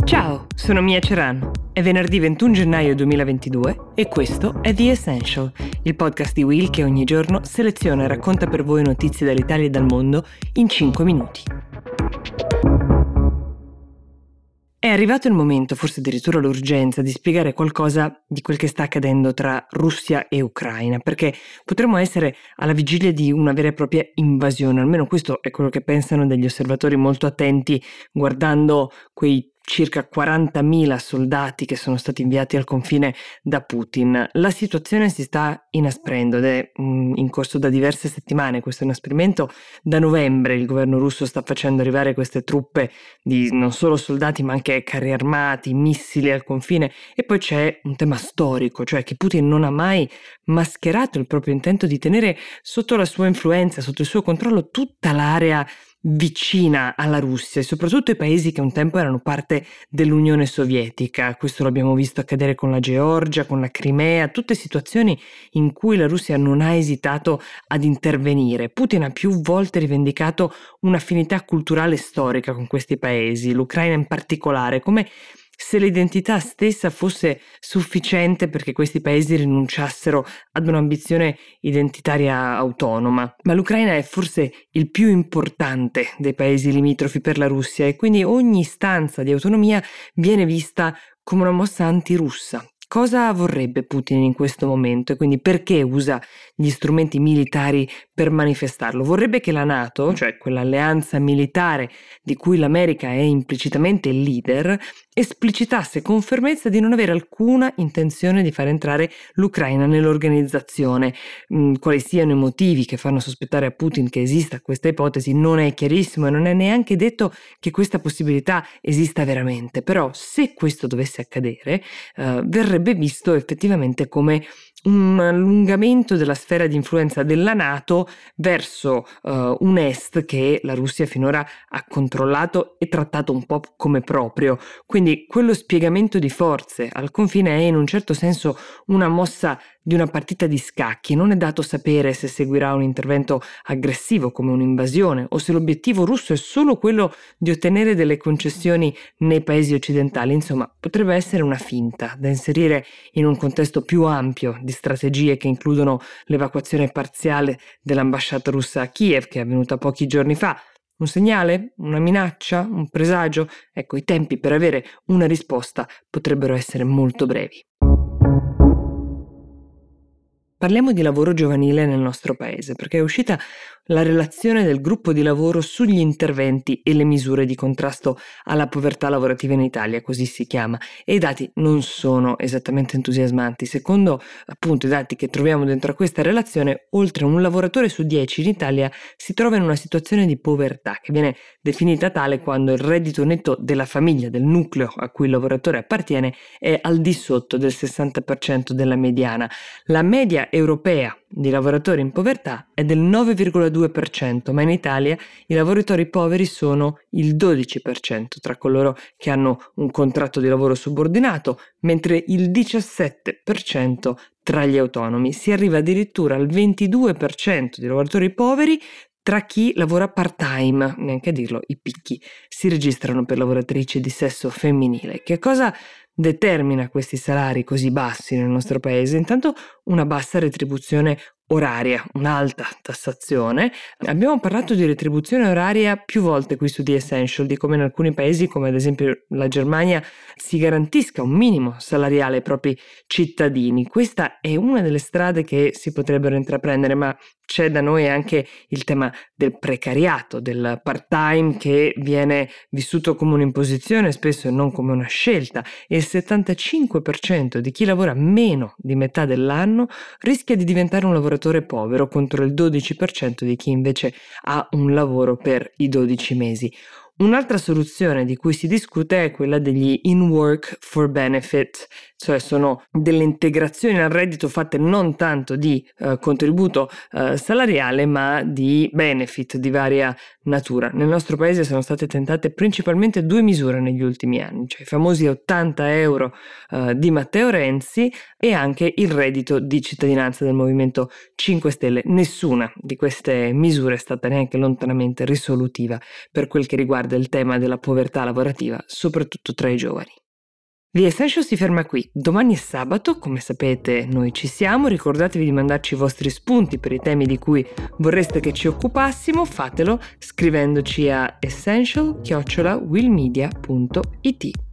Ciao, sono Mia Ceran. È venerdì 21 gennaio 2022 e questo è The Essential, il podcast di Will che ogni giorno seleziona e racconta per voi notizie dall'Italia e dal mondo in 5 minuti. È arrivato il momento, forse addirittura l'urgenza, di spiegare qualcosa di quel che sta accadendo tra Russia e Ucraina, perché potremmo essere alla vigilia di una vera e propria invasione, almeno questo è quello che pensano degli osservatori molto attenti guardando quei circa 40.000 soldati che sono stati inviati al confine da Putin. La situazione si sta inasprendo ed è in corso da diverse settimane questo inasprimento. Da novembre il governo russo sta facendo arrivare queste truppe di non solo soldati ma anche carri armati, missili al confine, e poi c'è un tema storico, cioè che Putin non ha mai mascherato il proprio intento di tenere sotto la sua influenza, sotto il suo controllo tutta l'area vicina alla Russia e soprattutto i paesi che un tempo erano parte dell'Unione Sovietica. Questo l'abbiamo visto accadere con la Georgia, con la Crimea, tutte situazioni in cui la Russia non ha esitato ad intervenire. Putin ha più volte rivendicato un'affinità culturale e storica con questi paesi, l'Ucraina in particolare, come se l'identità stessa fosse sufficiente perché questi paesi rinunciassero ad un'ambizione identitaria autonoma. Ma l'Ucraina è forse il più importante dei paesi limitrofi per la Russia e quindi ogni istanza di autonomia viene vista come una mossa antirussa. Cosa vorrebbe Putin in questo momento e quindi perché usa gli strumenti militari per manifestarlo? Vorrebbe che la NATO, cioè quell'alleanza militare di cui l'America è implicitamente il leader, esplicitasse con fermezza di non avere alcuna intenzione di far entrare l'Ucraina nell'organizzazione. Quali siano i motivi che fanno sospettare a Putin che esista questa ipotesi non è chiarissimo e non è neanche detto che questa possibilità esista veramente, però se questo dovesse accadere verrebbe visto effettivamente come un allungamento della sfera di influenza della NATO verso un est che la Russia finora ha controllato e trattato un po' come proprio. Quindi quello spiegamento di forze al confine è in un certo senso una mossa di una partita di scacchi. Non è dato sapere se seguirà un intervento aggressivo come un'invasione o se l'obiettivo russo è solo quello di ottenere delle concessioni nei paesi occidentali. Insomma, potrebbe essere una finta da inserire in un contesto più ampio di strategie che includono l'evacuazione parziale dell'ambasciata russa a Kiev, che è avvenuta pochi giorni fa. Un segnale? Una minaccia? Un presagio? Ecco, i tempi per avere una risposta potrebbero essere molto brevi. Parliamo di lavoro giovanile nel nostro paese, perché è uscita la relazione del gruppo di lavoro sugli interventi e le misure di contrasto alla povertà lavorativa in Italia, così si chiama, e i dati non sono esattamente entusiasmanti. Secondo appunto i dati che troviamo dentro a questa relazione, oltre un lavoratore su 10 in Italia si trova in una situazione di povertà, che viene definita tale quando il reddito netto della famiglia, del nucleo a cui il lavoratore appartiene, è al di sotto del 60% della mediana. La media europea di lavoratori in povertà è del 9,2%, ma in Italia i lavoratori poveri sono il 12% tra coloro che hanno un contratto di lavoro subordinato, mentre il 17% tra gli autonomi. Si arriva addirittura al 22% di lavoratori poveri tra chi lavora part-time, neanche a dirlo, i picchi si registrano per lavoratrici di sesso femminile. Che cosa determina questi salari così bassi nel nostro paese? Intanto una bassa retribuzione oraria, un'alta tassazione. Abbiamo parlato di retribuzione oraria più volte qui su The Essential, di come in alcuni paesi come ad esempio la Germania si garantisca un minimo salariale ai propri cittadini. Questa è una delle strade che si potrebbero intraprendere, ma c'è da noi anche il tema del precariato, del part-time che viene vissuto come un'imposizione spesso e non come una scelta, e il 75% di chi lavora meno di metà dell'anno rischia di diventare un lavoratore povero contro il 12% di chi invece ha un lavoro per i 12 mesi. Un'altra soluzione di cui si discute è quella degli in-work for benefit, cioè sono delle integrazioni al reddito fatte non tanto di contributo salariale ma di benefit di varia natura. Nel nostro paese sono state tentate principalmente due misure negli ultimi anni, cioè i famosi 80 euro di Matteo Renzi e anche il reddito di cittadinanza del Movimento 5 Stelle. Nessuna di queste misure è stata neanche lontanamente risolutiva per quel che riguarda riguarda il tema della povertà lavorativa, soprattutto tra i giovani. The Essential si ferma qui. Domani è sabato, come sapete noi ci siamo, ricordatevi di mandarci i vostri spunti per i temi di cui vorreste che ci occupassimo, fatelo scrivendoci a essential@willmedia.it.